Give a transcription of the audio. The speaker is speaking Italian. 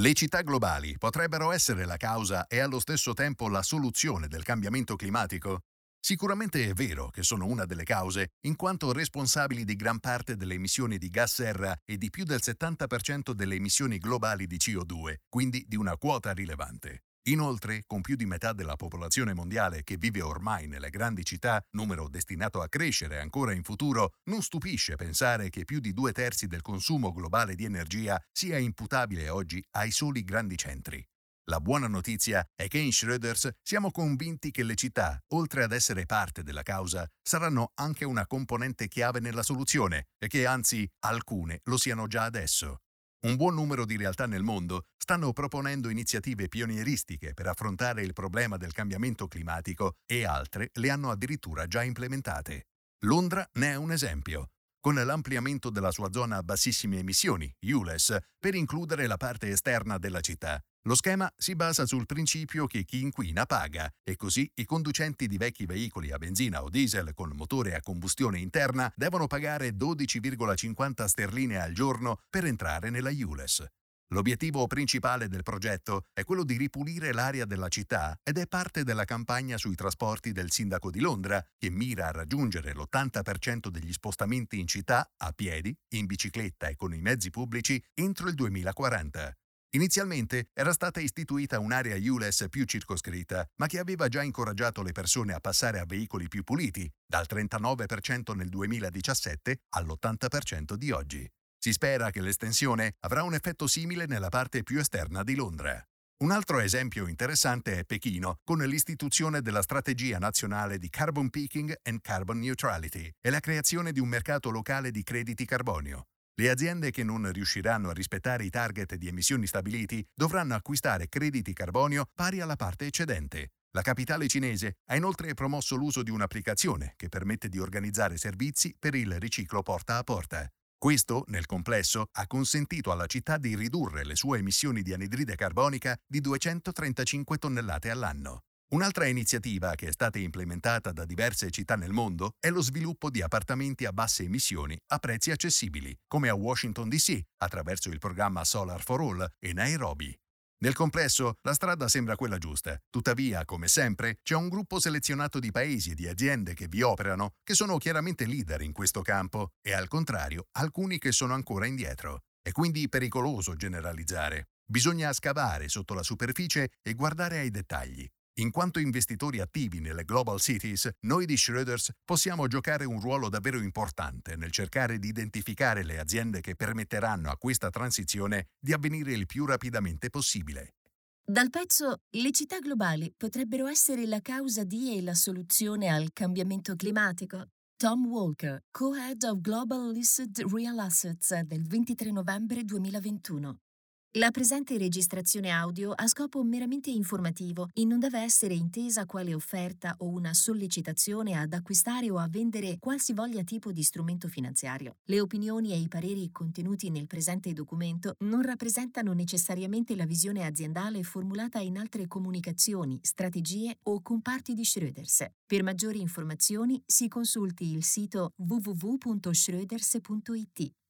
Le città globali potrebbero essere la causa e allo stesso tempo la soluzione del cambiamento climatico? Sicuramente è vero che sono una delle cause, in quanto responsabili di gran parte delle emissioni di gas serra e di più del 70% delle emissioni globali di CO2, quindi di una quota rilevante. Inoltre, con più di metà della popolazione mondiale che vive ormai nelle grandi città, numero destinato a crescere ancora in futuro, non stupisce pensare che più di 2/3 del consumo globale di energia sia imputabile oggi ai soli grandi centri. La buona notizia è che in Schroeders siamo convinti che le città, oltre ad essere parte della causa, saranno anche una componente chiave nella soluzione e che anzi alcune lo siano già adesso. Un buon numero di realtà nel mondo stanno proponendo iniziative pionieristiche per affrontare il problema del cambiamento climatico e altre le hanno addirittura già implementate. Londra ne è un esempio, con l'ampliamento della sua zona a bassissime emissioni, ULEZ, per includere la parte esterna della città. Lo schema si basa sul principio che chi inquina paga e così i conducenti di vecchi veicoli a benzina o diesel con motore a combustione interna devono pagare 12,50 sterline al giorno per entrare nella ULEZ. L'obiettivo principale del progetto è quello di ripulire l'aria della città ed è parte della campagna sui trasporti del sindaco di Londra, che mira a raggiungere l'80% degli spostamenti in città a piedi, in bicicletta e con i mezzi pubblici entro il 2040. Inizialmente era stata istituita un'area ULEZ più circoscritta, ma che aveva già incoraggiato le persone a passare a veicoli più puliti, dal 39% nel 2017 all'80% di oggi. Si spera che l'estensione avrà un effetto simile nella parte più esterna di Londra. Un altro esempio interessante è Pechino, con l'istituzione della strategia nazionale di Carbon Peaking and Carbon Neutrality e la creazione di un mercato locale di crediti carbonio. Le aziende che non riusciranno a rispettare i target di emissioni stabiliti dovranno acquistare crediti carbonio pari alla parte eccedente. La capitale cinese ha inoltre promosso l'uso di un'applicazione che permette di organizzare servizi per il riciclo porta a porta. Questo, nel complesso, ha consentito alla città di ridurre le sue emissioni di anidride carbonica di 235 tonnellate all'anno. Un'altra iniziativa che è stata implementata da diverse città nel mondo è lo sviluppo di appartamenti a basse emissioni a prezzi accessibili, come a Washington DC, attraverso il programma Solar for All e Nairobi. Nel complesso, la strada sembra quella giusta. Tuttavia, come sempre, c'è un gruppo selezionato di paesi e di aziende che vi operano, che sono chiaramente leader in questo campo, e al contrario, alcuni che sono ancora indietro. È quindi pericoloso generalizzare. Bisogna scavare sotto la superficie e guardare ai dettagli. In quanto investitori attivi nelle Global Cities, noi di Schroeders possiamo giocare un ruolo davvero importante nel cercare di identificare le aziende che permetteranno a questa transizione di avvenire il più rapidamente possibile. Dal pezzo Le città globali potrebbero essere la causa di e la soluzione al cambiamento climatico. Tom Walker, Co-Head of Global Listed Real Assets del 23 novembre 2021. La presente registrazione audio ha scopo meramente informativo e non deve essere intesa quale offerta o una sollecitazione ad acquistare o a vendere qualsivoglia tipo di strumento finanziario. Le opinioni e i pareri contenuti nel presente documento non rappresentano necessariamente la visione aziendale formulata in altre comunicazioni, strategie o comparti di Schroeders. Per maggiori informazioni si consulti il sito www.schroeders.it.